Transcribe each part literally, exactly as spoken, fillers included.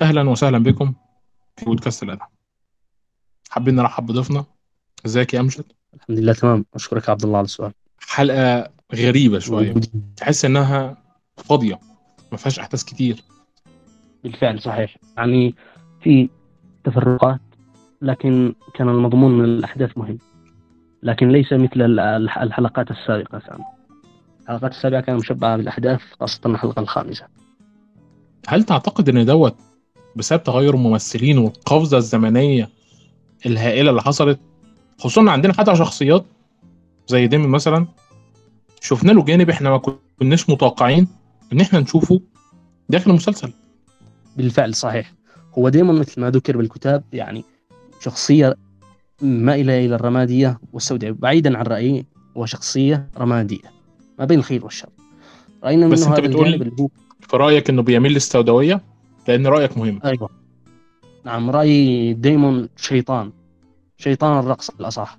اهلا وسهلا بكم في بودكاست الادب. حابين نرحب بضيفنا. ازيك يا امجد؟ الحمد لله تمام، أشكرك يا عبد الله على السؤال. حلقه غريبه شويه، وجودي تحس انها فاضيه، ما فيهاش احداث كتير. بالفعل صحيح، يعني في تفرقات، لكن كان المضمون من الأحداث مهم، لكن ليس مثل ال- الح- الحلقات السابقة. كان الحلقات السابقة كانت مشبعة بالأحداث، خاصة الحلقة الخامسة. هل تعتقد ان دوت بسبب تغير الممثلين والقفزه الزمنيه الهائله اللي حصلت، خصوصا إن عندنا حتى شخصيات زي ديمي مثلا، شفنا له جانب احنا ما كناش متوقعين ان احنا نشوفه داخل المسلسل. بالفعل صحيح، هو دائما مثل ما ذكر بالكتاب، يعني شخصية مائلة إلى الرمادية والسوداء، بعيدا عن رأيي. هو شخصية رمادية ما بين الخير والشر. رأينا بس منه انت هذا الجانب بتقول اللي هو. في رايك انه بيميل للسوداويه، لان رايك مهم. أيوة، نعم، رأيي دايما شيطان، شيطان الرقص الأصح،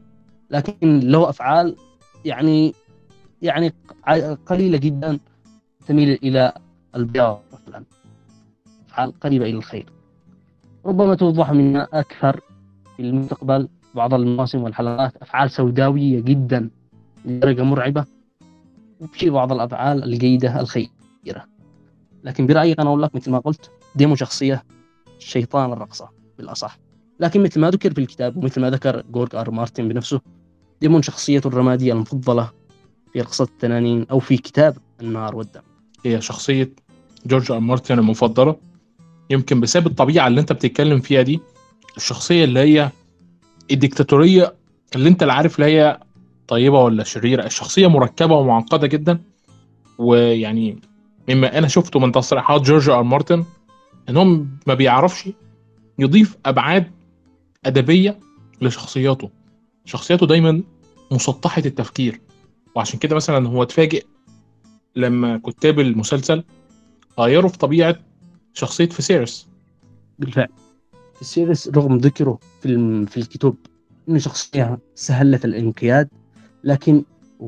لكن له أفعال، يعني يعني ع- قليلة جدا، تميل إلى البياض مثلا، أفعال قريبة إلى الخير، ربما توضح منها أكثر في المستقبل. بعض المواسم والحلقات أفعال سوداوية جدا لدرجة مرعبة، وفي بعض الأفعال الجيدة الخيرة. لكن برأيي أنا أقول لك مثل ما قلت، ديمو شخصية شيطان الرقصة بالأصح، لكن مثل ما ذكر في الكتاب ومثل ما ذكر جورج آر مارتن بنفسه، ديمون شخصيته الرمادية المفضلة في قصة التنانين أو في كتاب النار والدم. هي شخصيه جورج ار مارتن المفضله، يمكن بسبب الطبيعه اللي انت بتتكلم فيها دي، الشخصيه اللي هي الديكتاتوريه، اللي انت لا عارف لا هي طيبه ولا شريره. الشخصيه مركبه ومعقده جدا. ويعني مما انا شفته من تصريحات جورج ار مارتن، انهم ما بيعرفش يضيف ابعاد ادبيه لشخصياته. شخصياته دايما مسطحه التفكير. وعشان كده مثلا هو اتفاجئ لما كتاب المسلسل غيروا في طبيعه شخصيه فيسيرس. بالفعل في السيريس، رغم ذكره في الم- في الكتب انه شخصيه سهله الانقياد، لكن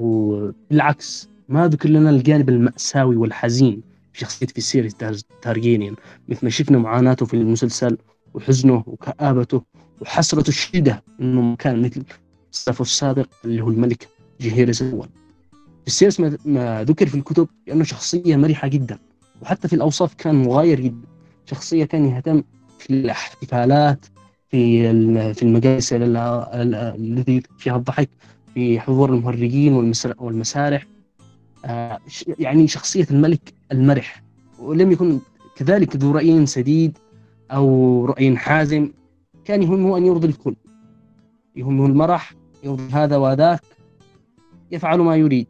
وبالعكس ما ذكر لنا الجانب المأساوي والحزين في شخصيه في السيريس تار- تارجيريان، مثل ما شفنا معاناته في المسلسل، وحزنه وكآبته وحسرته الشديده انه كان مثل صفه السابق اللي هو الملك جيهيرس الاول. في السيريس ما ما ذكر في الكتب لانه شخصيه مرحه جدا، وحتى في الاوصاف كان مغاير جدا. شخصيه كان يهتم في الاحتفالات، في الم- في المجالس ال- ال- التي فيها الضحك، في حضور المهرجين والمسر- والمسارح. آه، ش- يعني شخصية الملك المرح، ولم يكن كذلك ذو رأي سديد أو رأي حازم. كان يهمه أن يرضي الكل، يهمه المرح، يرضي هذا وذاك، يفعل ما يريد،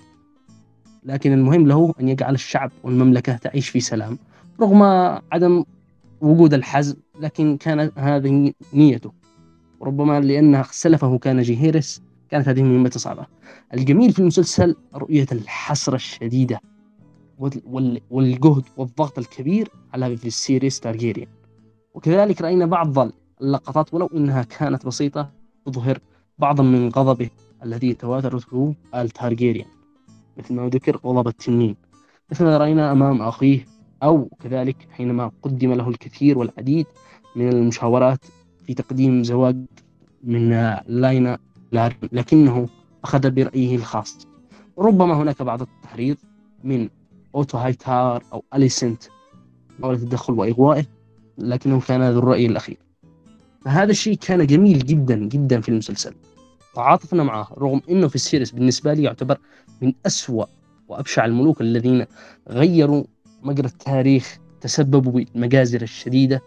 لكن المهم له أن يجعل الشعب والمملكة تعيش في سلام، رغم عدم وجود الحزم. لكن كانت هذه نيته، ربما لأن سلفه كان جيهيرس، كانت هذه مهمة صعبة. الجميل في المسلسل رؤية الحسرة الشديدة وال- وال- والجهد والضغط الكبير على فيسيريس تارجيريان. وكذلك رأينا بعض اللقطات ولو إنها كانت بسيطة، تظهر بعضا من غضبه الذي تواترته آل تارجيريان، مثل ما ذكر غضب التنين، مثل ما رأينا أمام أخيه، أو كذلك حينما قدم له الكثير والعديد من المشاورات في تقديم زواج من لاينا لارين، لكنه أخذ برأيه الخاص. ربما هناك بعض التحريض من أوتو هايتار أو أليسنت محاولة التدخل وإغوائه، لكنه كان ذو الرأي الأخير. فهذا الشيء كان جميل جدا جدا في المسلسل، تعاطفنا معه، رغم أنه في السيريس بالنسبة لي يعتبر من أسوأ وأبشع الملوك الذين غيروا مجرى التاريخ، تسببوا بالمجازر الشديدة،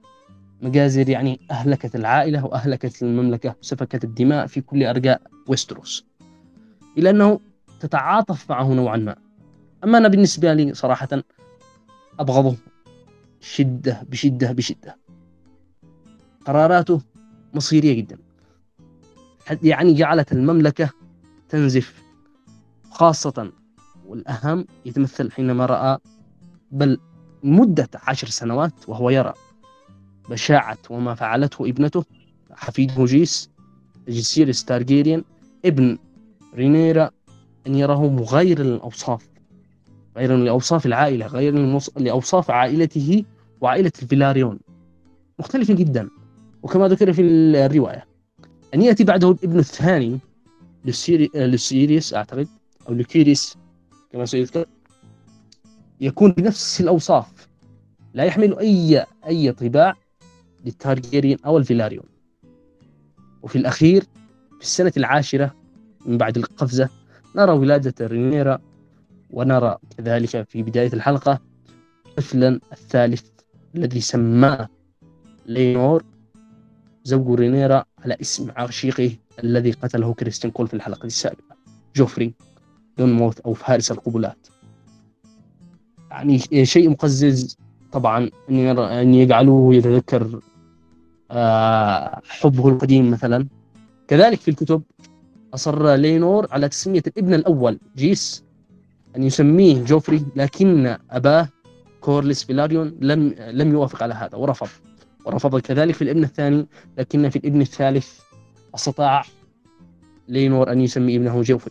مجازر يعني أهلكت العائلة وأهلكت المملكة وسفكت الدماء في كل أرجاء ويستروس، إلى أنه تتعاطف معه نوعا ما. أما أنا بالنسبة لي صراحة أبغضه شدة بشدة بشدة. قراراته مصيرية جدا، يعني جعلت المملكة تنزف، خاصة والأهم يتمثل حينما رأى، بل مدة عشر سنوات وهو يرى بشاعة وما فعلته ابنته، حفيده جيس جيسيريس تارجيريان ابن رينيرا، أن يراه مغاير للأوصاف، غير لأوصاف العائلة، غير لأوصاف عائلته وعائلة الفيلاريون. مختلف جدا. وكما ذكر في الرواية أن يأتي بعده الابن الثاني للسيري... للسيريس أعتقد، أو لكيريس كما سيذكر، يكون بنفس الأوصاف، لا يحمل أي أي طباع للتارجيريان أو الفيلاريون. وفي الأخير في السنة العاشرة من بعد القفزة نرى ولادة رينيرا، ونرى كذلك في بداية الحلقة طفلا الثالث الذي سماه لينور زوج رينيرا على اسم عشيقه الذي قتله كريستين كول في الحلقة السابقة، جوفري دونموث أو فارس القبلات. يعني شيء مقزز طبعا أن يجعله يتذكر حبه القديم مثلا. كذلك في الكتب أصر لينور على تسمية الابن الأول جيس أن يسميه جوفري، لكن أباه كورليس فيلاريون لم لم يوافق على هذا ورفض. ورفض كذلك في الابن الثاني، لكن في الابن الثالث استطاع لينور أن يسمي ابنه جوفري.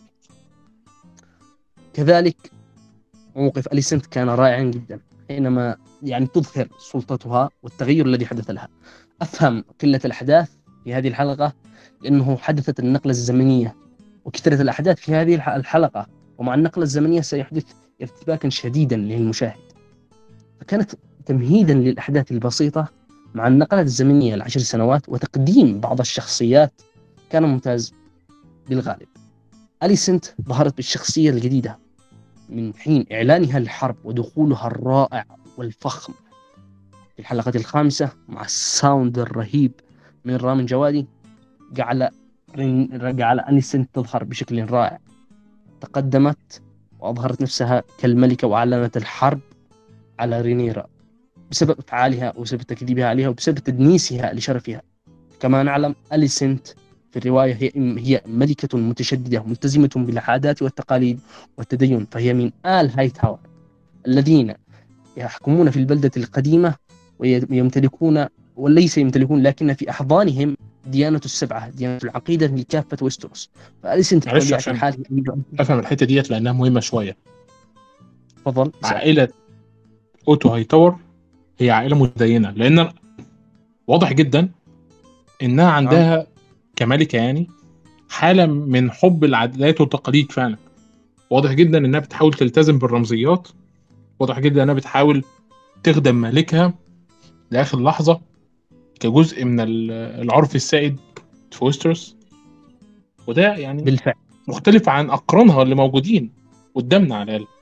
كذلك موقف أليسنت كان رائعا جدا حينما يعني تظهر سلطتها والتغير الذي حدث لها. أفهم قلة الأحداث في هذه الحلقة لأنه حدثت النقلة الزمنية وكثرة الأحداث في هذه الحلقة، ومع النقلة الزمنية سيحدث ارتباكا شديدا للمشاهد، فكانت تمهيدا للأحداث البسيطة مع النقلة الزمنية لعشر سنوات وتقديم بعض الشخصيات كان ممتاز بالغالب. أليسنت ظهرت بالشخصية الجديدة من حين إعلانها للحرب ودخولها الرائع والفخم في الحلقة الخامسة مع الساوند الرهيب من رامين جوادي، جعل جعل أليسنت تظهر بشكل رائع. تقدمت وأظهرت نفسها كالملكة وأعلنت الحرب على رينيرا بسبب أفعالها وبسبب تكذيبها عليها وبسبب تدنيسها لشرفها. كما نعلم أليسنت في الرواية هي هي ملكة متشددة ملتزمة بالعادات والتقاليد والتدين، فهي من آل هايتاور الذين يحكمون في البلدة القديمة ويمتلكون وليس يمتلكون لكن في أحضانهم ديانة السبعة، ديانة العقيدة لكافة ويستروس. فأليسنت معلش عشان أفهم الحتة ديت لأنها مهمة شوية. تفضل. عائلة أوتو هايتاور هي عائلة متدينة، لأن واضح جدا إنها عندها نعم. كملكة يعني حالة من حب العادات والتقاليد فعلا. واضح جدا إنها بتحاول تلتزم بالرمزيات، واضح جدا إنها بتحاول تخدم مالكها لآخر لحظة كجزء من العرف السائد في ويستروس، وده يعني بالفعل مختلف عن أقرانها اللي موجودين قدامنا على الأقل.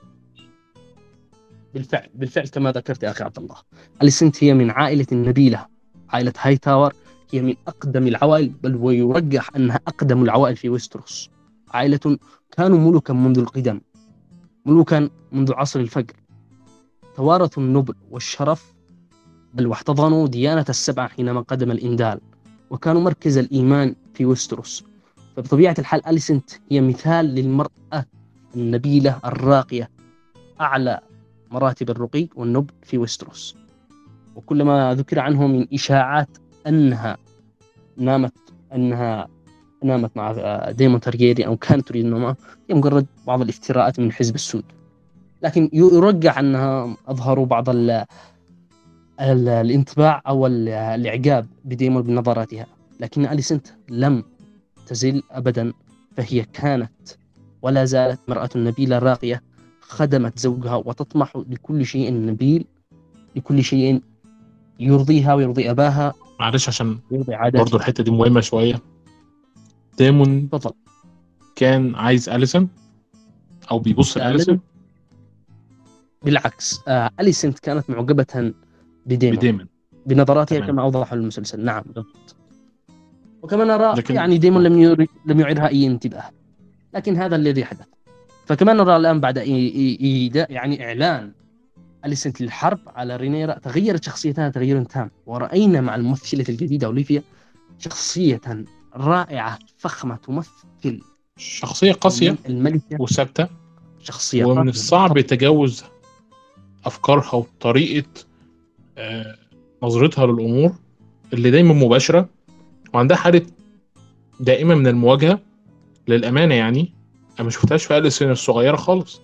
بالفعل بالفعل كما ذكرت يا أخي عبد الله، أليسنت هي من عائلة نبيلة. عائلة هايتاور هي من أقدم العوائل، بل ويرجح أنها أقدم العوائل في ويستروس. عائلة كانوا ملوكا منذ القدم، ملوكا منذ عصر الفجر، توارثوا النبل والشرف، بل واحتضنوا ديانة السبعة حينما قدم الإندال، وكانوا مركز الإيمان في ويستروس. فبطبيعة الحال أليسنت هي مثال للمرأة النبيلة الراقية، أعلى مراتب الرقي والنبل في ويستروس. وكلما ذكر عنه من إشاعات أنها نامت أنها نامت مع ديمون تارجيريان أو كانت تريد النوم، هي مجرد بعض الافتراءات من حزب السود، لكن يرجح أنها أظهروا بعض ال ال الانطباع أو الإعجاب بديمون بنظراتها. لكن أليسنت لم تزل أبدا، فهي كانت ولا زالت مرأة نبيلة راقية خدمت زوجها وتطمح لكل شيء نبيل، لكل شيء يرضيها ويرضي أباها. معلش عشان برضو الحتة دي مهمة شوية. ديمون فضل. كان عايز أليسن أو بيبص لأليسن؟ بالعكس، آه أليسنت كانت معجبة بديمون, بديمون. بنظراتها كما أوضح المسلسل. نعم. وكما نرى لكن... يعني ديمون لم ير... لم يعرها أي انتباه، لكن هذا الذي حدث. فكما نرى الآن بعد إيداء يعني إعلان أليسنت للحرب على رينيرا تغيرت شخصيتها تغيير تام، ورأينا مع الممثلة الجديدة أوليفيا شخصية رائعة فخمة تمثل شخصية قاسية الملكة وثابتة، شخصية ومن الصعب تجاوز أفكارها وطريقة آه نظرتها للأمور اللي دايما مباشرة، وعندها حالة دائما من المواجهة. للأمانة يعني أنا ما شفتهاش في أليسن الصغيرة خالص.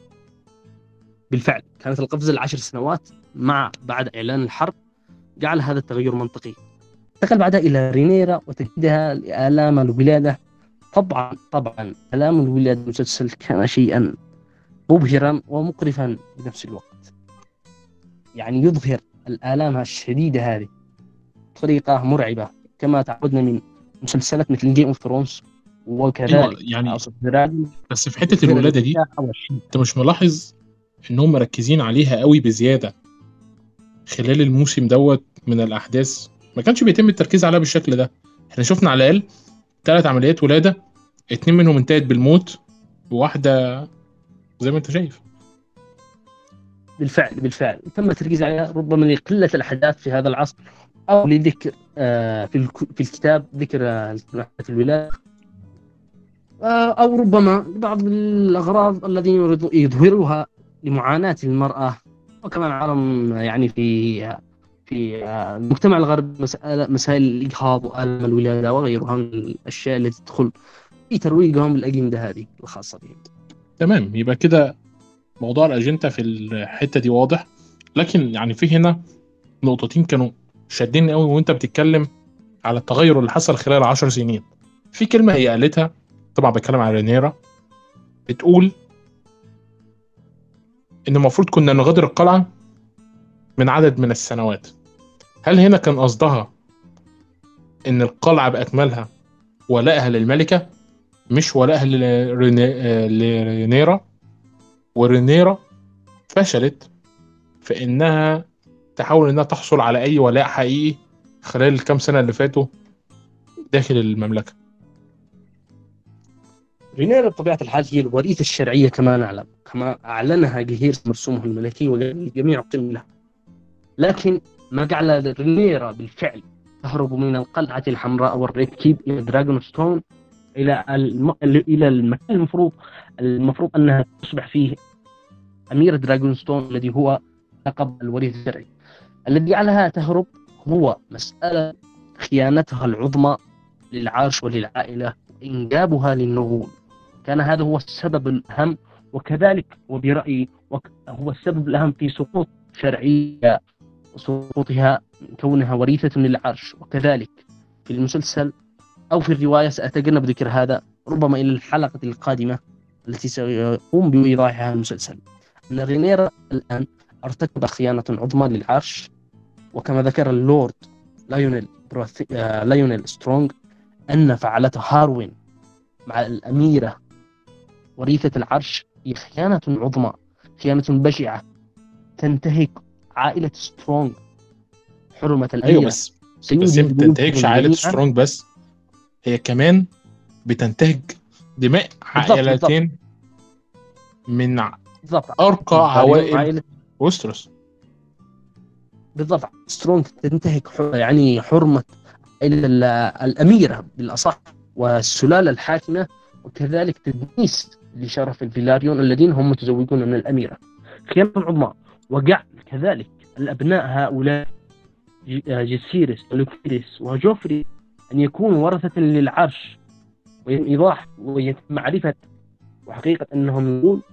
بالفعل كانت القفزة العشر سنوات مع بعد إعلان الحرب جعل هذا التغير منطقي. انتقل بعدها إلى رينيرا وتجدها لآلام الولادة. طبعا طبعا آلام الولادة المسلسل كان شيئا مبهرا ومقرفا بنفس الوقت، يعني يظهر الآلام الشديدة هذه بطريقة مرعبة كما تعودنا من مسلسلات مثل جيم اوف ثرونز، ايوه وكذلك يعني، House of the Dragon. بس في حته يظهر الولاده دي الإشاعة والشيء. انت مش ملاحظ انهم مركزين عليها قوي بزياده خلال الموسم دوت من الاحداث؟ ما كانش بيتم التركيز عليها بالشكل ده. احنا شفنا على الاقل ثلاث عمليات ولاده، اتنين منهم انتهت بالموت، وواحده زي ما انت شايف. بالفعل بالفعل تم التركيز عليها ربما لقلة الأحداث في هذا العصر، أو لذكر آه، في الك- في الكتاب ذكر آه، أحداث الولاية، آه، أو ربما بعض الأغراض الذين يريدوا يظهروها لمعاناة المرأة. وكمان عالم يعني في في آه، المجتمع الغربي مسألة مسائل الإجهاض وآلام الولادة وغيرها من الأشياء التي تدخل في ترويجهم بالأجندة هذه الخاصة بهم. تمام، يبقى كده موضوع الاجنده في الحته دي واضح. لكن يعني في هنا نقطتين كانوا شادين قوي وانت بتتكلم على التغير اللي حصل خلال عشر سنين. في كلمه هي قالتها، طبعا بتكلم على رينيرا، بتقول ان المفروض كنا نغادر القلعه من عدد من السنوات. هل هنا كان قصدها ان القلعه باكملها ولائها للملكه، مش ولائها لريني- لرينيرا؟ ورينيرا فشلت في انها تحاول انها تحصل على اي ولاء حقيقي خلال الكام سنه اللي فاتوا داخل المملكه. رينيرا بطبيعة الحال هي الوريثة الشرعية كما نعلم، كما أعلنها جهيرس مرسومه الملكي وجميع قتل له. لكن ما جعل رينيرا بالفعل تهرب من القلعة الحمراء والركيب إلى دراغونستون، إلى الم... إلى المكان المفروض المفروض أنها تصبح فيه أميرة دراغونستون، الذي هو لقب الوريث الشرعي. الذي جعلها تهرب هو مسألة خيانتها العظمى للعرش وللعائلة وإنجابها للنغول. كان هذا هو السبب الأهم، وكذلك وبرأيي هو السبب الأهم في سقوط شرعية وسقوطها كونها وريثة للعرش. وكذلك في المسلسل أو في الرواية سأتجنب ذكر هذا ربما إلى الحلقة القادمة التي سيقوم بإيضاحها المسلسل، أن رينيرا الآن ارتكب خيانة عظمى للعرش. وكما ذكر اللورد لايونيل بروث... آه... لايونيل سترونغ أن فعلته هاروين مع الأميرة وريثة العرش هي خيانة عظمى، خيانة بشعة تنتهك عائلة سترونغ حرمة الأميرة. ايوه بس بس هي ما بتنتهكش عائله سترونج بس، هي كمان بتنتهك دماء عائلتين من بالضبط ارقى عوائل عائلة وستروس. بالضبط سترونغ تنتهك يعني حرمة الأميرة بالأصح والسلالة الحاكمة، وكذلك تدنيس لشرف الفيلاريون الذين هم متزوجون من الأميرة. خيانة عظمى. وجعل كذلك الأبناء هؤلاء جيسيريس ولوكيريس وجوفري أن يكونوا ورثة للعرش، وإيضاح ومعرفة وحقيقة أنهم يقول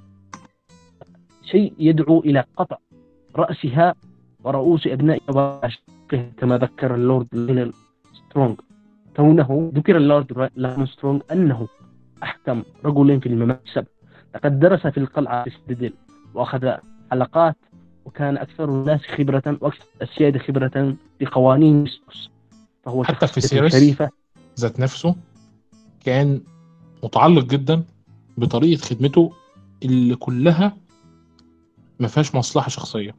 شيء يدعو إلى قطع رأسها ورؤوس أبنائها كما ذكر اللورد لايونيل سترونغ. كونه ذكر اللورد لايونيل سترونغ أنه أحكم رجلين في المملكة، لقد درس في القلعة في سيدل وأخذ حلقات، وكان أكثر الناس خبرة وأكثر السيادة خبرة بقوانين ميستوس. فهو حتى في شخصية شريفة ذات نفسه كان متعلق جدا بطريقة خدمته اللي كلها ما فيهاش مصلحة شخصية.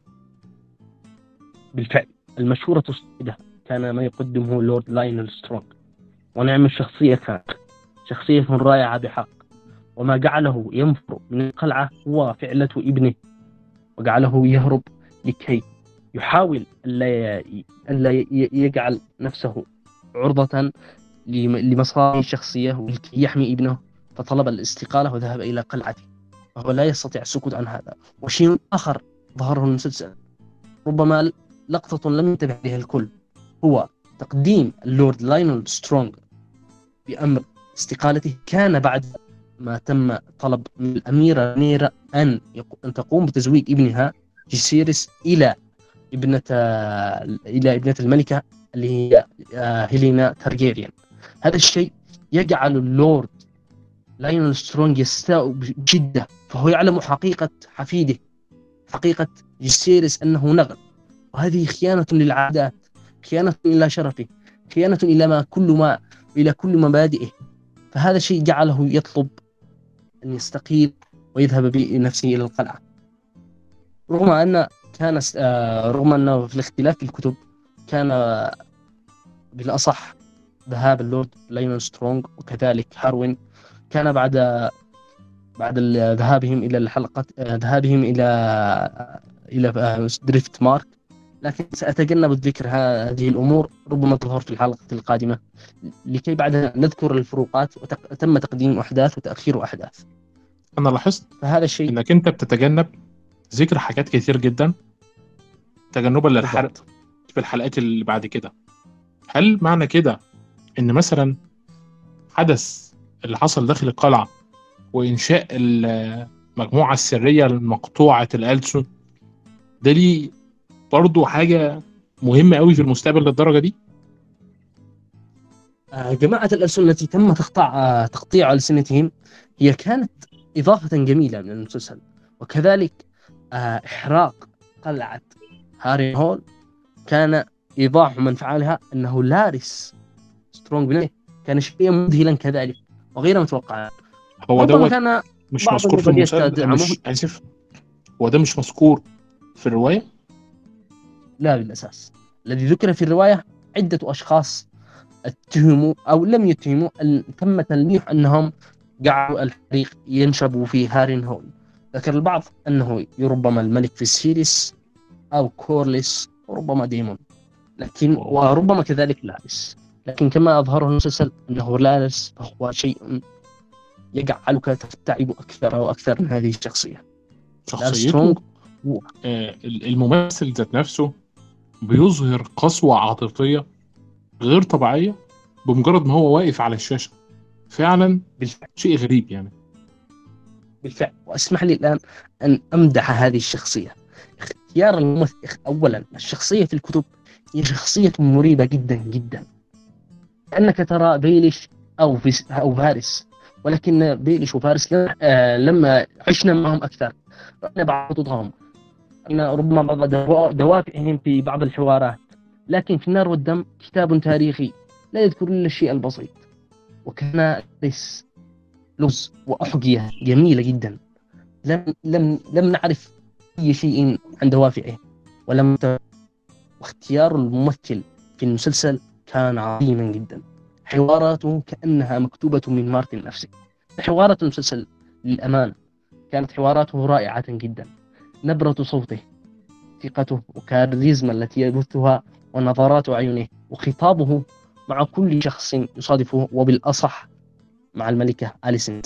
بالفعل المشهورة تصيدها كان ما يقدمه لورد لايونيل سترونغ، ونعم الشخصية كانت شخصية رائعة بحق. وما جعله ينفر من القلعة هو فعلة ابنه، وجعله يهرب لكي يحاول ألا يجعل نفسه عرضة لمصالح الشخصية ولكي يحمي ابنه، فطلب الاستقالة وذهب إلى قلعته، وهو لا يستطيع السكوت عن هذا. وشيء آخر ظهره المسلسل ربما لقطة لم ينتبه لها الكل، هو تقديم اللورد لايونيل سترونغ بأمر استقالته كان بعد ما تم طلب من الأميرة رينيرا أن أن تقوم بتزويج ابنها جيسيريس إلى ابنة إلى ابنة الملكة اللي هي آه، هيلينا تارجيريان. هذا الشيء يجعل اللورد لايونيل سترونج يستاء بشدة، فهو يعلم حقيقة حفيده، حقيقة جيسيريس أنه نغل، وهذه خيانة للعادات، خيانة إلى شرفه، خيانة إلى ما كل ما إلى كل مبادئه. فهذا الشيء جعله يطلب أن يستقيل ويذهب بنفسه إلى القلعة، رغم أن كان آه، رغم أنه في الاختلاف في الكتب كان آه، بالأصح ذهاب اللورد لايونيل سترونج وكذلك هاروين كان بعد بعد ال- ذهابهم إلى الحلقة آه، ذهابهم إلى آه، إلى آه، دريفت مارك. لكن سأتجنب الذكر هذه الأمور، ربما تظهر في الحلقة القادمة لكي بعدها نذكر الفروقات وتم تقديم أحداث وتأخير أحداث. انا لاحظت فهذا الشيء انك انت بتتجنب ذكر حاجات كتير جدا تجنبا للحرق بالضبط. في الحلقات اللي بعد كده. هل معنى كده ان مثلا حدث اللي حصل داخل القلعة وإنشاء المجموعة السرية المقطوعة الألسن ده ليه برضو حاجة مهمة قوي في المستقبل للدرجة دي؟ آه، جماعة الألسن التي تم تقطع آه، تقطيع ألسنتهم هي كانت إضافة جميلة من المسلسل، وكذلك آه، إحراق قلعة هاري هول كان إيضاح من فعلها أنه لاريس سترونج بنيه كان شيئا مذهلا كذلك وغير متوقع. هو ربما دوت كان مش بعض مذكور في النظريات المسلسل، تدعمه. مش آسف، هو ده مش مذكور في الرواية؟ لا، بالأساس الذي ذكر في الرواية عدة أشخاص اتهموا أو لم يتهموا، أن تم تلميح أنهم جعلوا الحريق ينشب في هارين هول. ذكر البعض أنه ربما الملك فيسيريس أو كورليس وربما ديمون، لكن وربما كذلك لاريس. لكن كما أظهره المسلسل أنه لاريس هو شيء يجعلك تفتعب أكثر وأكثر من هذه الشخصية. لاريس شخصيته سترونج هو آه، الممثل ذات نفسه بيظهر قسوة عاطفية غير طبيعية بمجرد ما هو واقف على الشاشة. فعلا بالفعل شيء غريب يعني. بالفعل واسمح لي الآن أن أمدح هذه الشخصية. اختيار الممثل، أولا الشخصية في الكتب هي شخصية مريبة جدا جدا، كأنك ترى بيليش أو فيس أو فارس، ولكن بيليش وفارس لم آه لما عشنا معهم أكثر، رأينا بعض خططهم، رأينا ربما بعض دوا- دوافعهم في بعض الحوارات. لكن في النار والدم كتاب تاريخي لا يذكر إلا الشيء البسيط، وكان ليس لغز وأحجية جميلة جدا. لم لم لم نعرف أي شيء عن دوافعه ولم ت- واختيار الممثل في المسلسل كان عظيما جدا. حواراته كأنها مكتوبة من مارتن نفسه. حوارات المسلسل للأمان كانت حواراته رائعة جدا، نبرة صوته، ثقته وكاريزما التي يبثها ونظرات عيونه وخطابه مع كل شخص يصادفه، وبالأصح مع الملكة أليسنت.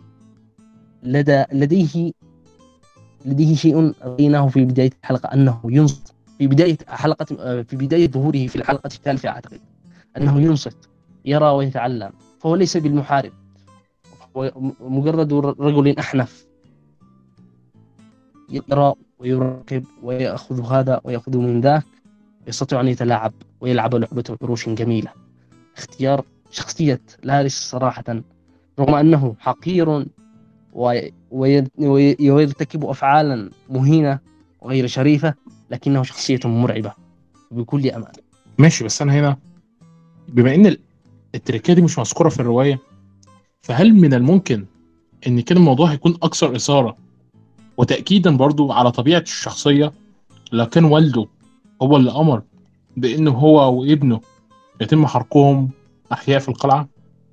لدى لديه لديه شيء رأيناه في بداية الحلقة، أنه ينصت في بداية حلقة في بداية ظهوره في الحلقة الثالثة أعتقد، أنه ينصت يرى ويتعلم، فهو ليس بالمحارب، هو مجرد رجل أحنف يرى ويراقب ويأخذ هذا ويأخذ من ذاك، يستطيع أن يتلاعب ويلعب لعبة عروش جميلة. اختيار شخصية لاريس صراحة، رغم أنه حقير وي- وي- وي- ويرتكب أفعالا مهينة وغير شريفة، لكنه شخصية مرعبة بكل أمان. ماشي، بس أنا هنا بما إن التركية دي مش مذكورة في الرواية، فهل من الممكن إن كان الموضوع هيكون أكثر إثارة وتأكيدا برضو على طبيعة الشخصية لو كان والده هو اللي أمر بإنه هو وابنه يتم حرقهم أحياء في القلعة؟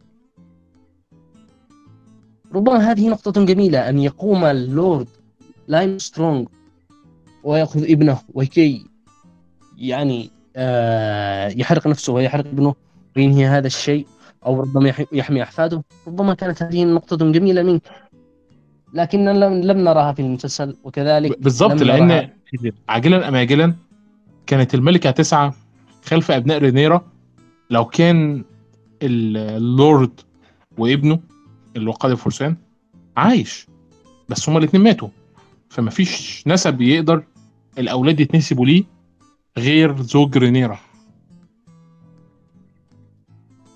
ربما هذه نقطة جميلة، أن يقوم اللورد لاين سترونج ويأخذ ابنه وكي يعني آه يحرق نفسه ويحرق ابنه وينهي هذا الشيء، أو ربما يح- يحمي أحفاده. ربما كانت هذه نقطة جميلة منك، لكن لم, لم نراها في المسلسل، وكذلك ب- بالظبط، لم نراها. لأن عاجلا أم آجلا كانت الملكة هتسعى خلف أبناء رينيرا. لو كان ال- اللورد وابنه اللي هو قائد الفرسان عايش، بس هما الاتنين ماتوا، فما فيش نسب يقدر الأولاد يتنسبوا ليه غير زوج رينيرا.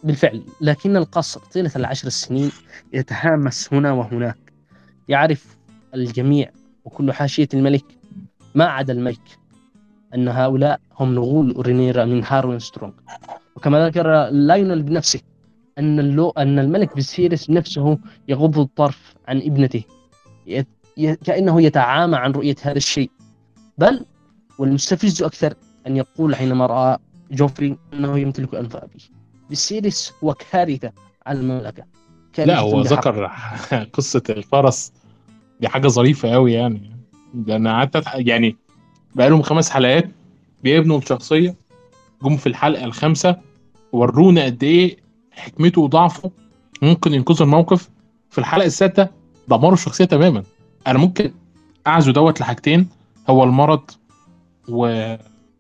بالفعل، لكن القصر طيلة العشر السنين يتهامس هنا وهناك. يعرف الجميع وكل حاشية الملك ما عدا الملك أن هؤلاء هم نغول رينيرا من هاروين سترونغ. وكما ذكر لايونل بنفسه أن اللو أن الملك فيسيريس نفسه يغض الطرف عن ابنته، ي... ي... كأنه يتعامى عن رؤية هذا الشيء. بل والمستفز أكثر أن يقول حينما رأى جوفري أنه يمتلك أنف أبيه. فيسيريس هو كارثة على المملكة، لا كارثة هو بحق. ذكر قصة الفرس دي حاجة ظريفة قوي يعني. ده أنا قعدت أضحك- يعني بقالهم خمس حلقات بيبنوا الشخصية، جم في الحلقة الخامسة ورونا قد إيه حكمته وضعفه ممكن ينقذ الموقف. في الحلقة السادسة دمروا الشخصية تماما. أنا ممكن أعزو دوت لحاجتين، هو المرض وكبر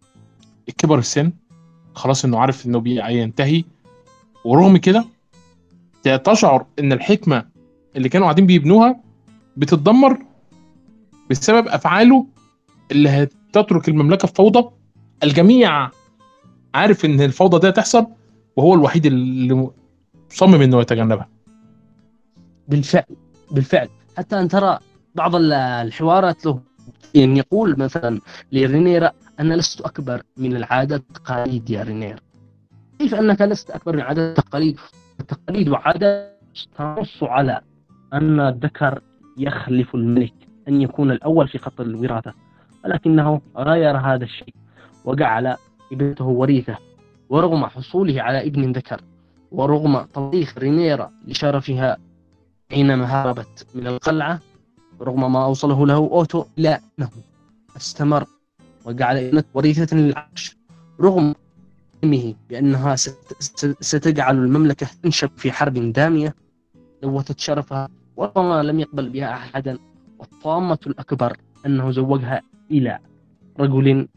السن، خلاص إنه عارف إنه بينتهي. ورغم كده تشعر إن الحكمة اللي كانوا قاعدين بيبنوها بتتدمر بسبب أفعاله اللي هتترك المملكة في فوضى. الجميع عارف إن الفوضى دي هتحصل، وهو الوحيد اللي مصمم إنه يتجنبها. بالفعل بالفعل حتى أن ترى بعض ال- الحوارات له، يعني يقول مثلا لرينيرا: أنا لست أكبر من العادات والتقاليد يا رينيرا. كيف أنك لست أكبر من العادات والتقاليد؟ التقاليد وعادات تنص على أن الذكر يخلف الملك، أن يكون الأول في خط الوراثة، ولكنه غير هذا الشيء وجعل ابنته وريثة. ورغم حصوله على ابن ذكر، ورغم تضييق رينيرا لشرفها حينما هربت من القلعة، رغم ما أوصله له أوتو، لا أنه استمر وجعل ابنته وريثة للعرش، رغم علمه بأنها ست- ستجعل المملكة تنشب في حرب دامية لوثت شرفها، ورغم لم يقبل بها أحدا. والطامة الأكبر أنه زوجها إلى رجل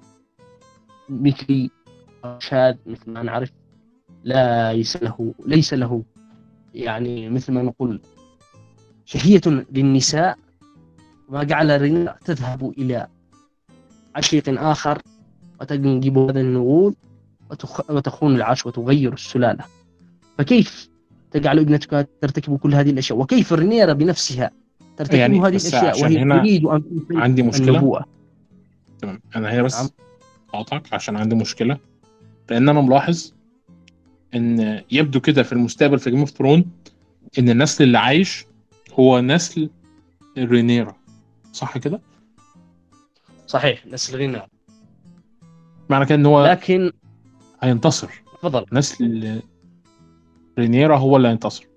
مثلي شاذ مثل ما نعرف، ليس له ليس له يعني مثل ما نقول شهية للنساء، ما جعل رينيرا تذهب إلى عشيق آخر وتنجب هذا النغول وتخ... وتخون العرش وتغير السلالة. فكيف تجعل ابنتك ترتكب كل هذه الأشياء؟ وكيف رينيرا بنفسها ترتكب يعني هذه بس الأشياء عشان وهي هنا تريد أن تنفي عندي مشكلة. النبوة؟ تمام، أنا هنا نعم. بس أقطعك عشان عندي مشكلة. لأن أنا ملاحظ إن يبدو كده في المستقبل في جيم اوف ثرون إن النسل اللي عايش هو نسل رينيرا، صح كده؟ صحيح، نسل رينيرا، معنى كده إن هو لكن هينتصر، تفضل. نسل رينيرا هو اللي هينتصر.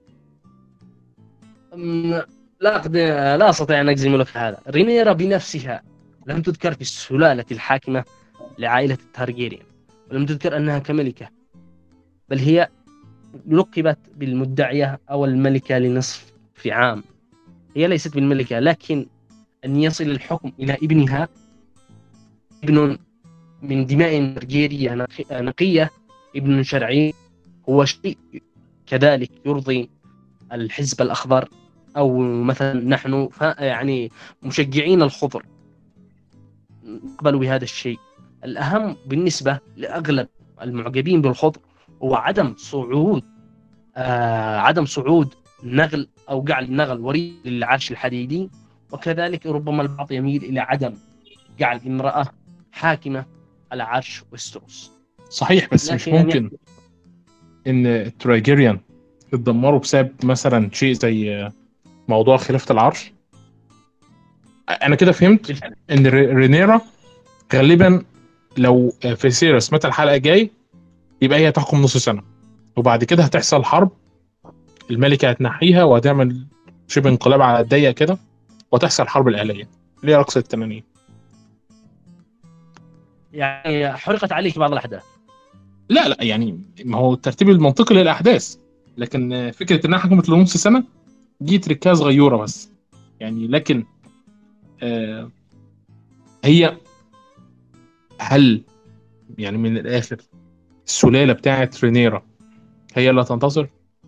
أم، لا أقدر لا أستطيع أن أجزم لك هذا. رينيرا بنفسها لم تذكر في السلالة الحاكمة لعائلة التارجيريان، ولم تذكر أنها كملكة، بل هي لقبت بالمدعية أو الملكة لنصف في عام. هي ليست بالملكة، لكن أن يصل الحكم إلى ابنها، ابن من دماء تارجيرية نقي- نقية، ابن شرعي، هو شيء كذلك يرضي الحزب الأخضر، أو مثلا نحن ف- يعني مشجعين الخضر نقبل بهذا الشيء. الأهم بالنسبة لأغلب المعجبين بالخضر هو عدم صعود آه عدم صعود نغل أو جعل نغل وريث للعرش الحديدي. وكذلك ربما البعض يميل إلى عدم جعل امرأة حاكمة على عرش ويستروس. صحيح، بس مش لكن يعني ممكن إن الترايجيريان اتدمروا بسبب مثلا شيء زي موضوع خلافة العرش. أنا كده فهمت بالفعل إن ري- رينيرا غالبا لو فيسيرس مات الحلقة الجاي يبقى هي هتحكم نص سنة، وبعد كده هتحصل حرب، الملكة هتنحيها وهتعمل شبه انقلاب على الضيق كده، وتحصل حرب الآلية اللي هي رقص التنانين. يعني حرقت عليك بعض الأحداث. لا لا، يعني ما هو الترتيب المنطقي للأحداث، لكن فكرة إنها حكمت لنص سنة دي تركها صغيرة بس يعني. لكن آه هي هل يعني من الآخر السلالة بتاعت رينيرا هي اللي هتنتصر؟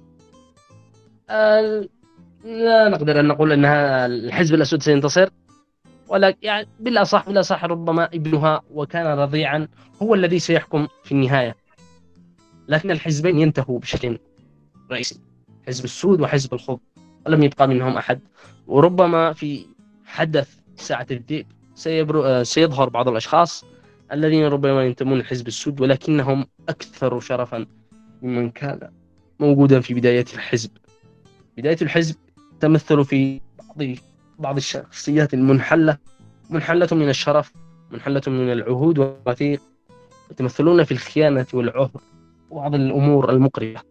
آه لا نقدر أن نقول أنها الحزب الأسود سينتصر، ولا يعني بالأصح بالأصح ربما ابنها وكان رضيعا هو الذي سيحكم في النهاية. لكن الحزبين ينتهوا بشكل رئيسي، حزب السود وحزب الخضر، ولم يبقى منهم أحد. وربما في حدث ساعة الذئب سيبر... سيظهر بعض الأشخاص الذين ربما ينتمون لحزب السود ولكنهم أكثر شرفا ممن كان موجودا في بداية الحزب. بداية الحزب تمثل في بعض بعض الشخصيات المنحلة، منحلة من الشرف، منحلة من العهود والوثيق، يتمثلون في الخيانة والعهر وبعض الأمور المقرفة.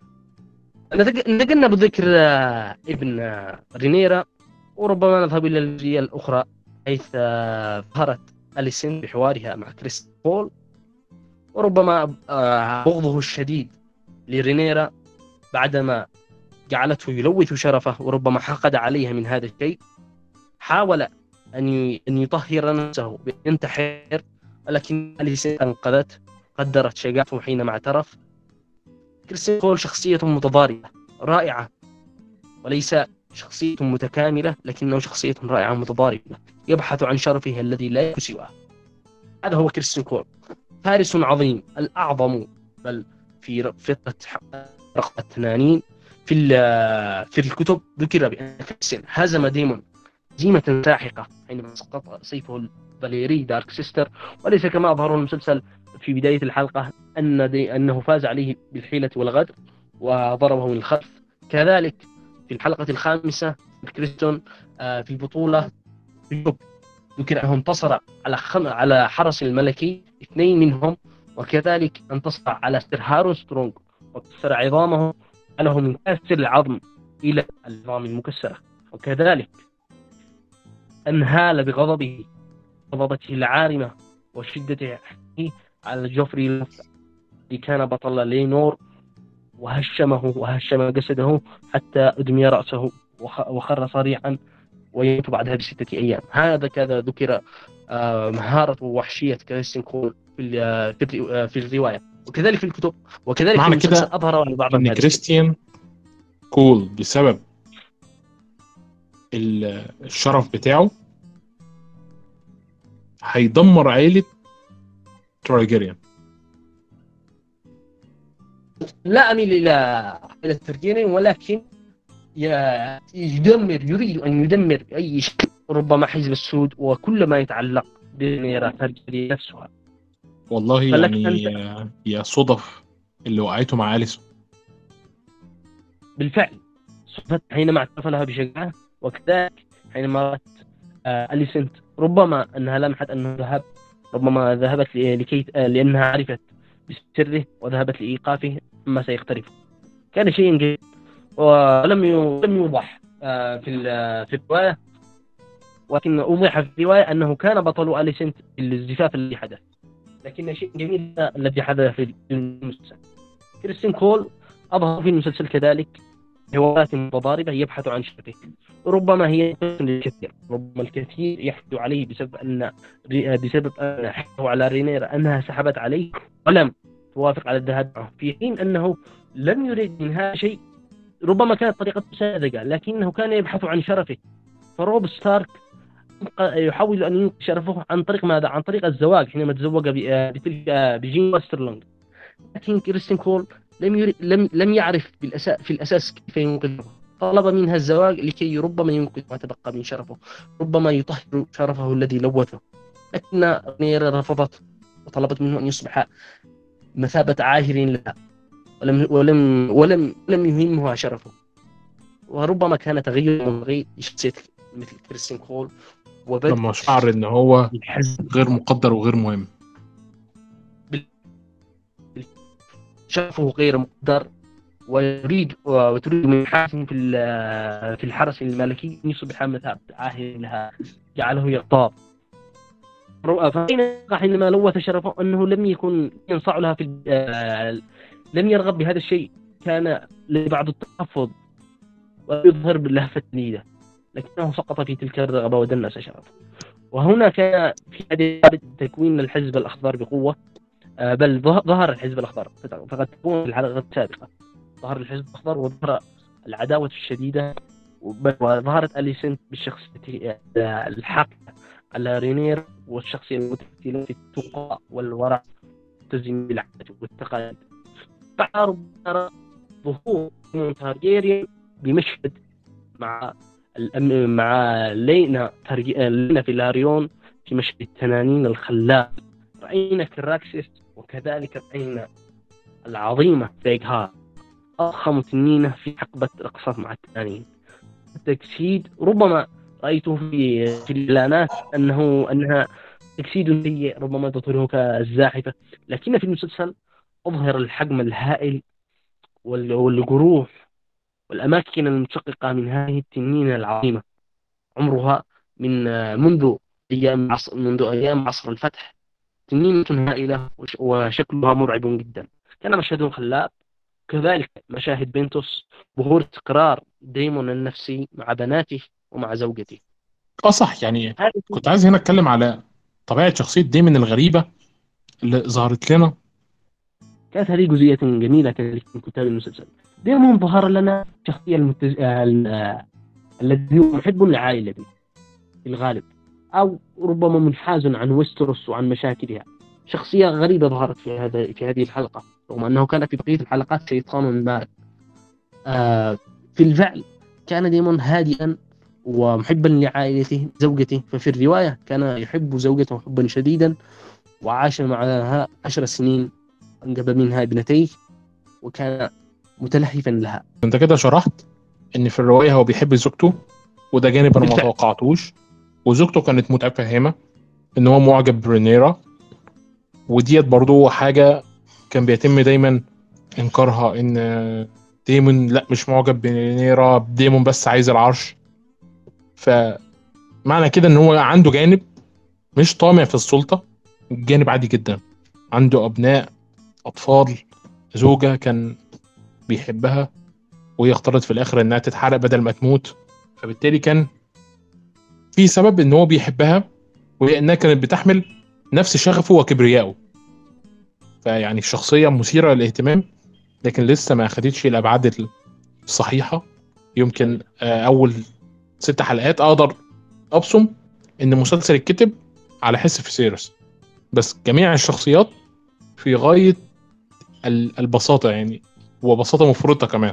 نتجنب ذكر ابن رينيرا، وربما نذهب إلى الجزئية الأخرى، حيث ظهرت أليسن بحوارها مع كريستين كول، وربما بغضه الشديد لرينيرا بعدما جعلته يلوث شرفه وربما حقد عليها من هذا الشيء، حاول أن أن يطهر نفسه بينتحر، ولكن أليسن أنقذته، قدرت شجاعته حينما اعترف. كريستين كول شخصية متضاربة رائعة، وليس شخصية متكاملة، لكنه شخصية رائعة متضاربة، يبحث عن شرفه الذي لا يكون سواه. هذا هو كريستين كول، فارس عظيم، الأعظم بل في فترة رقم التنانين. في في الكتب ذكر بأن كريستين هزم ديمون هزيمة ساحقة حينما سقط سيفه الفاليري دارك سيستر، وليس كما أظهر المسلسل في بداية الحلقة أن دي أنه فاز عليه بالحيلة والغدر وضربه من الخلف. كذلك في الحلقة الخامسة كريستون في البطولة ذكر أنه انتصر على خم... على حرس الملكي اثنين منهم، وكذلك انتصر على سير هارون سترونغ وكسر عظامه، له من كسر العظم إلى العظام المكسرة. وكذلك أنهال بغضبه غضبته العارمة وشدة على جوفري لوث الذي كان بطل لينور، وهشمه وهشم جسده حتى أدمي رأسه وخر صريعا ويموت بعدها بستة أيام. هذا كذا ذكر مهارة ووحشية كريستين كول في في الرواية، وكذلك في الكتب، وكذلك في المسلسل أظهر بعض إن كريستيان كول بسبب الشرف بتاعه هيدمر عائلة ترايجيريان. لا أميل إلى عائلة ترايجيريان، ولكن يدمر يريد أن يدمر أي شيء، ربما حزب السود وكل ما يتعلق بنيرة ترايجيريان نفسها. والله يعني أنت... يا صدف اللي وقعته مع أليسون. بالفعل صدفت حينما اعترف لها بشجاعة، وكذلك حينما رأت أليسون ربما أنها لمحت أنه ذهب، ربما ذهبت لكي لأنها عرفت بسره وذهبت لإيقافه ما سيقترف. كان شيئا جيد، ولم لم يوضح في في الرواية، ولكن أوضح في الرواية أنه كان بطل أليسون في الزفاف الذي حدث، لكن شيء جميل الذي حدث في المسلسل. كريستين كول أظهر في المسلسل كذلك هوايات متضاربة يبحث عن شرفه، ربما هي الكثير، ربما الكثير يحدث عليه بسبب أن بسبب أن حكوا على رينيرا أنها سحبت عليه ولم توافق على الذهاب معه، في حين أنه لم يريد منها شيء، ربما كانت طريقة صادقة لكنه كان يبحث عن شرفه. فروب ستارك يحاول أن ينقذ شرفه عن طريق ماذا؟ عن طريق الزواج حينما تزوج بتلك بجين وسترلونج، لكن كريستين كول لم يري... لم لم يعرف بالأساس في الأساس كيف ينقذه، طلب منها الزواج لكي ربما ينقذ ما تبقى من شرفه، ربما يطهر شرفه الذي لوثه، لكن رينيرا رفضت وطلبت منه أن يصبح مثابة عاهر لها، ولم ولم ولم لم يهمها شرفه. وربما كان تغير من غير شخصية مثل كريستين كول، وبدأ لما شعر إن هو غير مقدر وغير مهم، شرفه غير مقدر، ويريد وتريد من حاكم في في الحرس الملكي أن يصبح مثابة عاهر لها، جعله يغتاب. حينما لوث شرفه أنه لم يكن ينصع لها في لم يرغب بهذا الشيء، كان لبعض التحفظ ويظهر باللهفة الجديدة، لكنه سقط في تلك الرغبة ودنس شرفه. وهنا كان في بداية تكوين الحزب الأخضر بقوة، بل ظهر الحزب الأخضر، فقد تكون في الحلقة السابقة ظهر الحزب الأخضر وظهر العداوة الشديدة، وظهرت أليسون بالشخصية الحق على رينير، والشخصية المتمثلة في التقى والورع والتزم بالعادة والتقاليد. بعد نرى ظهور تارجيريان بمشهد مع الأم... مع لينا ترجي... لينا فيلاريون في مشهد التنانين الخلاب. رأينا كراكسيس وكذلك رأينا العظيمة فيغهار أضخم تنينة في حقبة رقصات مع التنانين. التجسيد ربما رأيته في في الإعلانات أنه أنها تجسيد سيء ربما تظهره كالزاحفة، لكن في المسلسل أظهر الحجم الهائل وال- والجروح والأماكن المتشققة من هذه التنين العظيمة، عمرها من منذ أيام عصر منذ أيام عصر الفتح. تنينة هائلة وش- وشكلها مرعب جدا. كان مشهد خلاب، كذلك مشاهد بنتوس، ظهور تكرار ديمون النفسي مع بناته ومع زوجته. اه صح، يعني هذه كنت عايز هنا اتكلم على طبيعه شخصيه ديمن الغريبه اللي ظهرت لنا. كانت هذه جزئية جميلة كذلك من كتاب المسلسل. ديمون ظهر لنا شخصية المتز... آه، ال- آه، الذي هو محب لعائلته في الغالب، أو ربما منحاز عن ويستروس وعن مشاكلها. شخصية غريبة ظهرت في هذا في هذه الحلقة، رغم أنه كان في بقية الحلقات شيطان مارد. آه في الفعل كان ديمون هادئا ومحبا لعائلته زوجته، ففي الرواية كان يحب زوجته حبا شديدا، وعاش معها عشر سنين، أنجب منها ابنتيه، وكان متلهفا لها. انت كده شرحت ان في الروايه هو بيحب زوجته، وده جانب انا ما بالفعل توقعتوش. وزوجته كانت متفهمه ان هو معجب برينيرا، وديت برضو حاجه كان بيتم دايما انكارها، ان ديمون لا مش معجب برينيرا، ديمون بس عايز العرش. فمعنى كده ان هو عنده جانب مش طامع في السلطه، جانب عادي جدا، عنده ابناء، اطفال، زوجه كان بيحبها، وهي اختارت في الاخر انها تتحرق بدل ما تموت. فبالتالي كان في سبب ان هو بيحبها، وهي انها كانت بتحمل نفس شغفه وكبريائه. فيعني الشخصيه مثيره للاهتمام، لكن لسه ما اخدتش الابعاد الصحيحه. يمكن آه، اول ست حلقات اقدر ابصم ان مسلسل الكتب على حس في سيرس، بس جميع الشخصيات في غايه ال- البساطه يعني، وبساطه مفرطه كمان.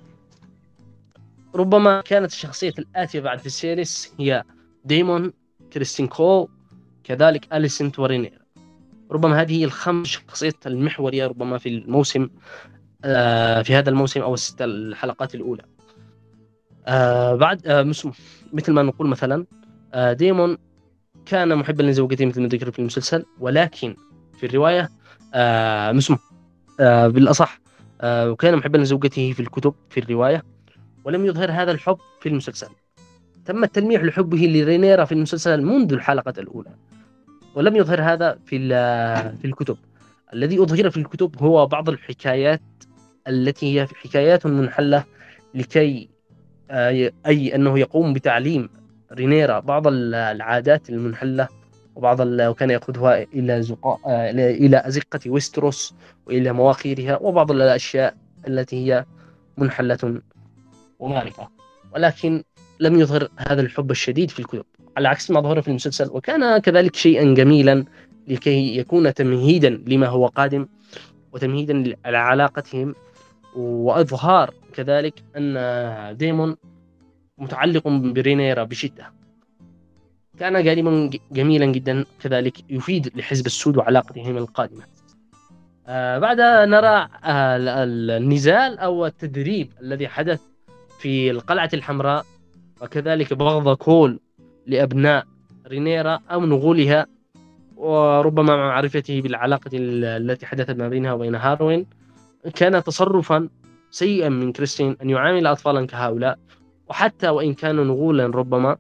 ربما كانت الشخصية الآتية بعد فيسيريس هي ديمون، كريستين كول، كذلك أليسنت ورينير. ربما هذه هي الخمس شخصيات المحورية ربما في الموسم، آه في هذا الموسم أو الست الحلقات الأولى. آه بعد آه مسم- مثل ما نقول مثلا، آه ديمون كان محبا لزوجته مثل ما ذكر في المسلسل، ولكن في الرواية آه مسمى آه بالأصح آه وكان محبا لزوجته في الكتب في الرواية، ولم يظهر هذا الحب في المسلسل. تم التلميح لحبه لرينيرا في المسلسل منذ الحلقة الأولى، ولم يظهر هذا في ال- في الكتب. الذي أظهر في الكتب هو بعض الحكايات التي هي حكايات منحلة، لكي آه، أي أنه يقوم بتعليم رينيرا بعض ال- العادات المنحلة، وبعض ال- وكان يأخذها إلى زقاء آه، إلى إلى أزقة ويستروس وإلى مواقيرها، وبعض الأشياء التي هي منحلة ومعرفة، ولكن لم يظهر هذا الحب الشديد في الكتب على عكس ما ظهر في المسلسل. وكان كذلك شيئا جميلا لكي يكون تمهيدا لما هو قادم، وتمهيدا لعلاقتهم، وإظهار كذلك أن ديمون متعلق برينيرا بشدة. كان جانبا جميلا جدا كذلك يفيد لحزب السود وعلاقتهم القادمة. آه بعدها نرى آه ال- ال- النزال أو التدريب الذي حدث في القلعة الحمراء، وكذلك بغض كول لأبناء رينيرا أو نغولها، وربما مع معرفته بالعلاقة ال- التي حدثت ما بينها وبين هاروين. كان تصرفا سيئا من كريستين أن يعامل أطفالا كهؤلاء، وحتى وإن كانوا نغولا ربما.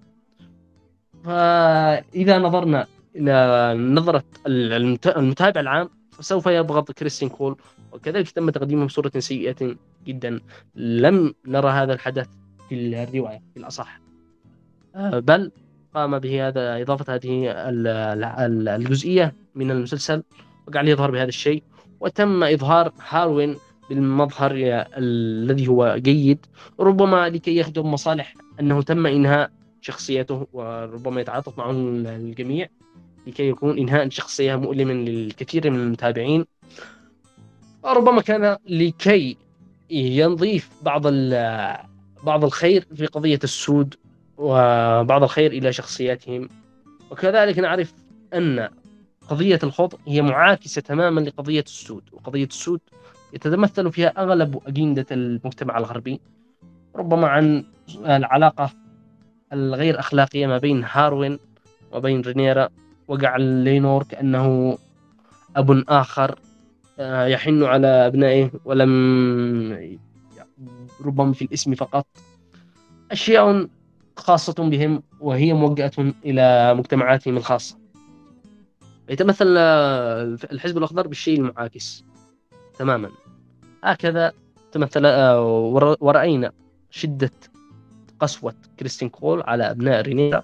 فإذا نظرنا إلى نظرة المت- المتابع العام، فسوف يبغض كريستين كول، وكذلك تم تقديمه بصورة سيئة جدا. لم نرى هذا الحدث في الرواية بالأصح، آه، بل قام به هذا إضافة هذه ال- ال- الجزئية من المسلسل، وجعل يظهر بهذا الشيء. وتم إظهار هاروين بالمظهر الذي هو جيد، ربما لكي يخدم مصالح أنه تم إنهاء شخصيته، وربما يتعاطف معه الجميع لكي يكون إنهاء شخصية مؤلما للكثير من المتابعين. ربما كان لكي ينضيف بعض بعض الخير في قضية السود وبعض الخير إلى شخصياتهم. وكذلك نعرف أن قضية الخوض هي معاكسة تماما لقضية السود، وقضية السود يتمثل فيها أغلب أجندة المجتمع الغربي، ربما عن العلاقة الغير أخلاقية ما بين هاروين وبين رينيرا، وجعل لينور كأنه أب آخر يحن على أبنائه، ولم ربما في الاسم فقط، أشياء خاصة بهم وهي موجهة إلى مجتمعاتهم الخاصة. يتمثل الحزب الأخضر بالشيء المعاكس تماما. هكذا تمثل ورأينا شدة قسوة كريستين كول على أبناء رينيرا،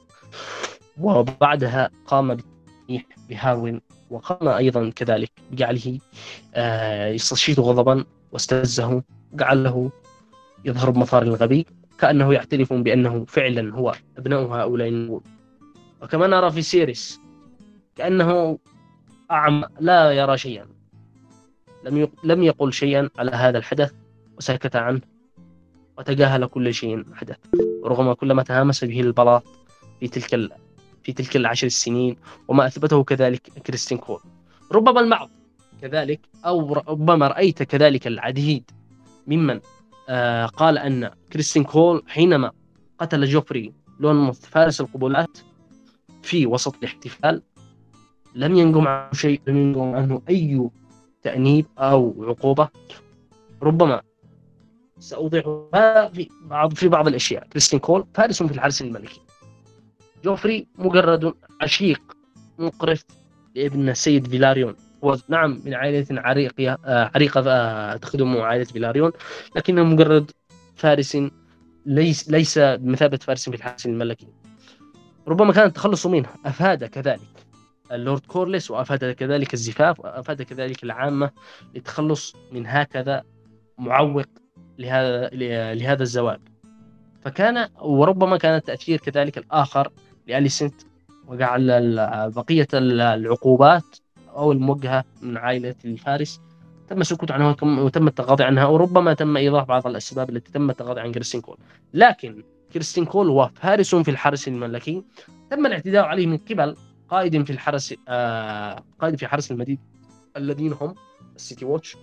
وبعدها قام بالتسميح بهاروين، وقام أيضا كذلك بجعله يستشيط غضبا واستفزه، جعله يظهر بمظهر الغبي كأنه يعترف بأنه فعلا هو أبناء هؤلاء النمور. وكما نرى في سيريس كأنه أعمى لا يرى شيئا، لم لم يقل شيئا على هذا الحدث وسكت عنه وتجاهل كل شيء حدث، رغم كل ما تهامس به البلاط في تلك ال... في تلك العشر السنين، وما أثبته كذلك كريستين كول. ربما البعض كذلك، أو ربما رأيت كذلك العديد ممن آه قال أن كريستين كول حينما قتل جوفري لونموث فارس القبولات في وسط الاحتفال لم ينجم عنه شيء، لم ينجم عنه أي تأنيب أو عقوبة. ربما سأوضحها في بعض في بعض الأشياء. كريستين كول فارس في الحرس الملكي، جوفري مجرد عشيق مقرف لابن السيد فيلاريون، هو نعم من عائلة عريقة عريقة تخدم عائلة فيلاريون، لكنه مجرد فارس ليس ليس بمثابة فارس في الحرس الملكي. ربما كان التخلص منه أفاد كذلك اللورد كورليس، وأفاد كذلك الزفاف، وأفاد كذلك العامة للتخلص من هكذا معوق لهذا لهذا الزواج. فكان وربما كان التأثير كذلك الآخر لأليسنت، وجعل بقية العقوبات أو الموجهة من عائلة الفارس تم السكوت عنها وتم التغاضي عنها، وربما تم إيضاح بعض الأسباب التي تم التغاضي عن كريستين كول. لكن كريستين كول هو فارس في الحرس الملكي، تم الاعتداء عليه من قبل قائد في الحرس آه قائد في حرس المدينة الذين هم السيتي ووتش.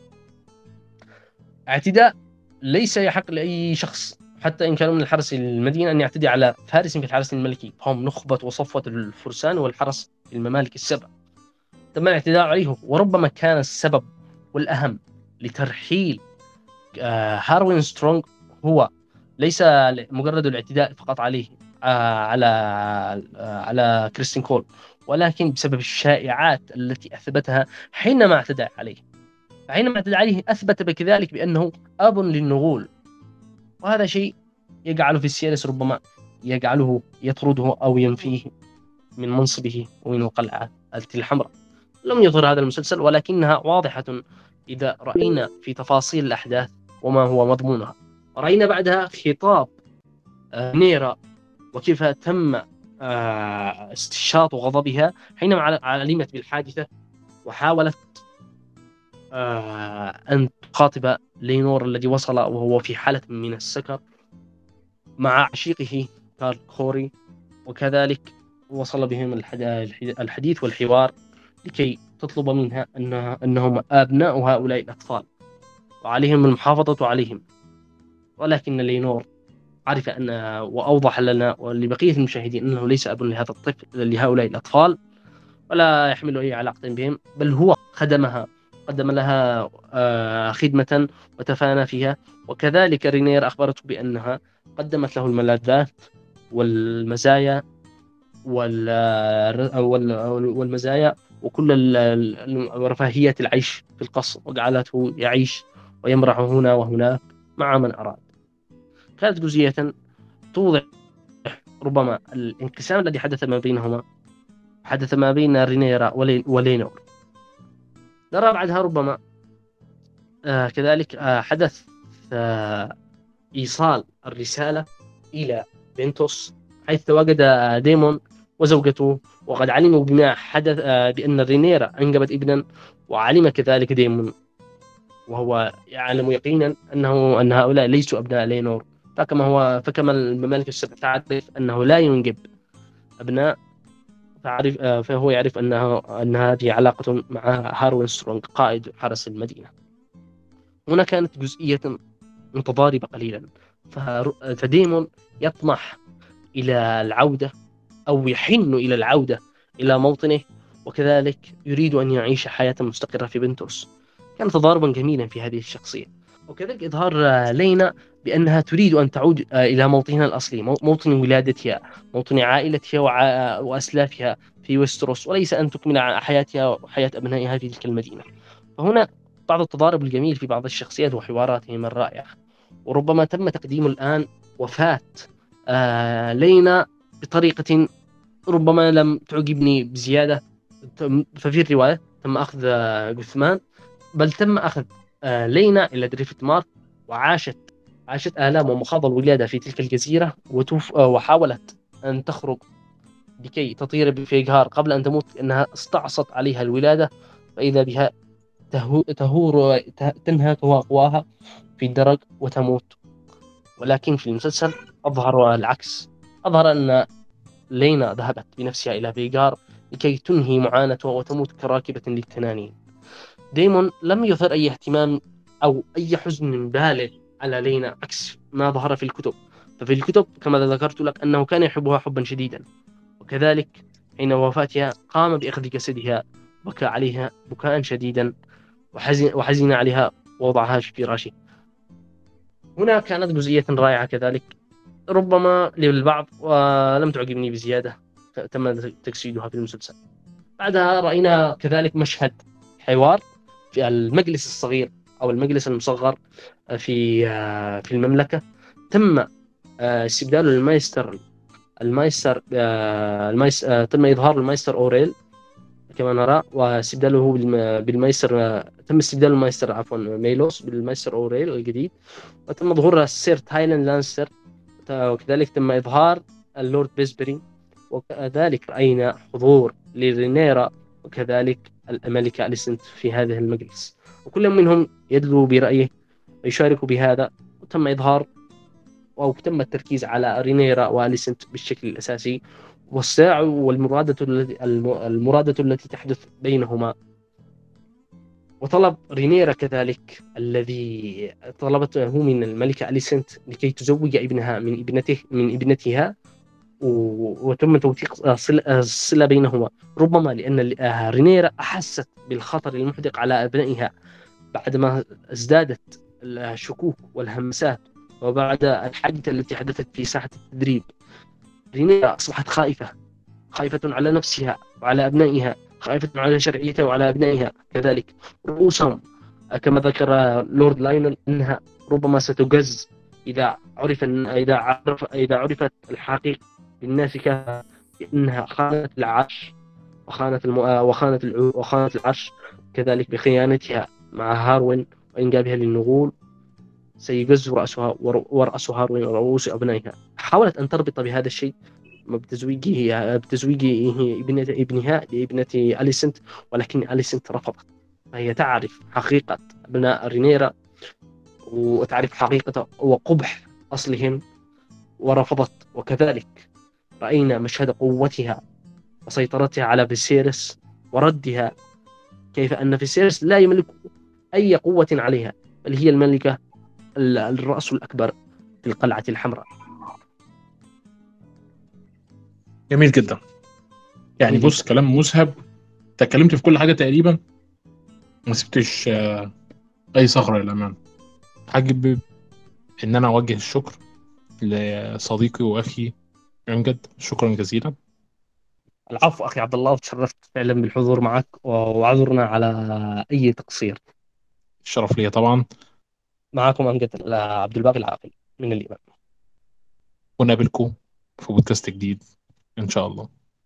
اعتداء ليس يحق لأي شخص حتى إن كانوا من الحرس المدينة أن يعتدي على فارس في الحرس الملكي، هم نخبة وصفوة الفرسان والحرس في الممالك السبع. تم الاعتداء عليه، وربما كان السبب والأهم لترحيل آه هاروين سترونغ هو ليس مجرد الاعتداء فقط عليه آه على آه على كريستين كول، ولكن بسبب الشائعات التي أثبتها حينما اعتدى عليه. حينما اعتدى عليه أثبت بكذلك بأنه أب للنغول، وهذا شيء يجعله في السيرس ربما يجعله يطرده أو ينفيه من منصبه ومن القلعة الحمراء. لم يظهر هذا المسلسل، ولكنها واضحة إذا رأينا في تفاصيل الأحداث وما هو مضمونها. رأينا بعدها خطاب نيرا وكيف تم استشاط غضبها حينما علمت بالحادثة، وحاولت أن تخاطب لينور الذي وصل وهو في حالة من السكر مع عشيقه كارل كوري، وكذلك وصل بهم الحديث والحوار لكي تطلب منها أنها أنهم أبناء هؤلاء الأطفال وعليهم المحافظة عليهم. ولكن لينور عرف أن وأوضح لنا ولبقية المشاهدين أنه ليس أب لهذا الطفل لهؤلاء الأطفال، ولا يحمل أي علاقة بهم، بل هو خدمها، قدم لها خدمة وتفانى فيها. وكذلك رينير أخبرته بأنها قدمت له الملاذات والمزايا والمزايا وكل رفاهية العيش في القصر، وجعلته يعيش ويمرح هنا وهناك مع من أراد. كانت جزئية توضح ربما الانقسام الذي حدث ما بينهما، حدث ما بين رينيرا ولينور. نرى بعدها ربما آه كذلك آه حدث آه إيصال الرسالة إلى بنتوس، حيث تواجد ديمون وزوجته، وقد علموا بما حدث آه بأن رينيرا أنجبت ابنا، وعلم كذلك ديمون وهو يعلم يقينا أنه أن هؤلاء ليسوا أبناء لينور. فكما هو فكما الممالك السبع تعرف أنه لا ينجب أبناء، فعرف آه، فهو يعرف أنه أن هذه علاقة مع هاروين سترونغ قائد حرس المدينة. هنا كانت جزئية متضاربة قليلا. فر- فديمون يطمح إلى العودة، أو يحن إلى العودة إلى موطنه، وكذلك يريد أن يعيش حياة مستقرة في بنتوس. كان تضاربا جميلا في هذه الشخصية. وكذلك إظهار آه، لينا بأنها تريد أن تعود آه، إلى موطنها الأصلي، مو- موطن ولادتها، موطن عائلتها وع- وأسلافها في ويستروس، وليس أن تكمل ع- حياتها وحياة أبنائها في تلك المدينة. فهنا بعض التضارب الجميل في بعض الشخصيات وحواراتهم الرائعة. وربما تم تقديم الآن وفاة آه لينا بطريقة ربما لم تعجبني بزيادة. تم- ففي الرواية تم أخذ آه، جثمان، بل تم أخذ آه، لينا إلى دريفت مارك، وعاشت عاشت آلام ومخاض الولادة في تلك الجزيرة، وتوف آه، وحاولت أن تخرج لكي تطير بفيغار قبل أن تموت، أنها استعصت عليها الولادة، فإذا بها تهو تهور ته- تنهك أقواها في الدرج وتموت. ولكن في المسلسل أظهر العكس. أظهر أن لينا ذهبت بنفسها إلى فيغار لكي تنهي معاناتها وتموت كراكبة للتنانين. ديمون لم يظهر أي اهتمام أو أي حزن بالغ على لينا، عكس ما ظهر في الكتب. ففي الكتب كما ذكرت لك أنه كان يحبها حبا شديدا، وكذلك حين وفاتها قام بأخذ جسدها، بكى عليها بكاء شديدا، وحزن, وحزن عليها ووضعها في فراشه. هنا كانت جزئية رائعة كذلك، ربما للبعض ولم تعجبني بزيادة، تم تجسيدها في المسلسل. بعدها رأينا كذلك مشهد حوار في المجلس الصغير أو المجلس المصغر في في المملكة. تم آه، استبدال المايستر المايستر آه، المايس آه، تم إظهار المايستر أوريل كما نرى، واستبداله بالم- بالمايستر آه، تم استبدال المايستر عفوا ميلوس بالمايستر أوريل الجديد. وتم ظهور السير تايلان لانستر، وكذلك تم إظهار اللورد بيسبري. وكذلك رأينا حضور لرينيرا، وكذلك الملكة أليسنت في هذا المجلس، وكل منهم يدلو برأيه ويشارك بهذا. وتم إظهار أو تم التركيز على رينيرا وأليسنت بالشكل الأساسي، والصراع والمرادة التي المرادة التي تحدث بينهما. وطلب رينيرا كذلك الذي طلبته من الملكة أليسنت لكي تزوج ابنها من ابنته من ابنتها، و- وتم توثيق صلة الصلة بينهما. ربما لأن آه، رينيرا أحست بالخطر المحدق على أبنائها بعدما ازدادت الشكوك والهمسات، وبعد الحادثة التي حدثت في ساحة التدريب. رينيرا أصبحت خائفة، خائفة على نفسها وعلى أبنائها، خائفة على شرعيتها وعلى أبنائها كذلك، رؤوسهم كما ذكر لورد لاينل أنها ربما ستجز إذا عرف إذا عرف إذا عرفت الحقيقة للناس كأنها خانت العرش، وخانت الم... وخانت الع... وخانت العرش كذلك بخيانتها مع هاروين وإنجابها للنغول. سيجز رأسها ور... ورأس هاروين ورؤوس أبنائها. حاولت أن تربط بهذا الشيء بتزويجه بتزويج ابنة ابنها لابنة أليسنت، ولكن أليسنت رفضت. فهي تعرف حقيقة أبناء رينيرا، وتعرف حقيقة وقبح أصلهم، ورفضت. وكذلك رأينا مشهد قوتها وسيطرتها على فيسيرس وردها، كيف أن فيسيرس لا يملك أي قوة عليها، بل هي الملكة الرأس الأكبر في القلعة الحمراء. جميل جدا. يعني جميل بص، جدا. كلام مسهب، اتكلمت في كل حاجه تقريبا، ما سبتش آه، اي ثغره للامانه. حابب ان انا اوجه الشكر لصديقي واخي امجد، شكرا جزيلا. العفو أخي عبد الله، وتشرفت فعلا بالحضور معك، وعذرنا على أي تقصير. الشرف ليا طبعا. معكم أمجد عبد الباقي العاقل من الإمام. ونقابلكم في بودكاست جديد ان شاء الله.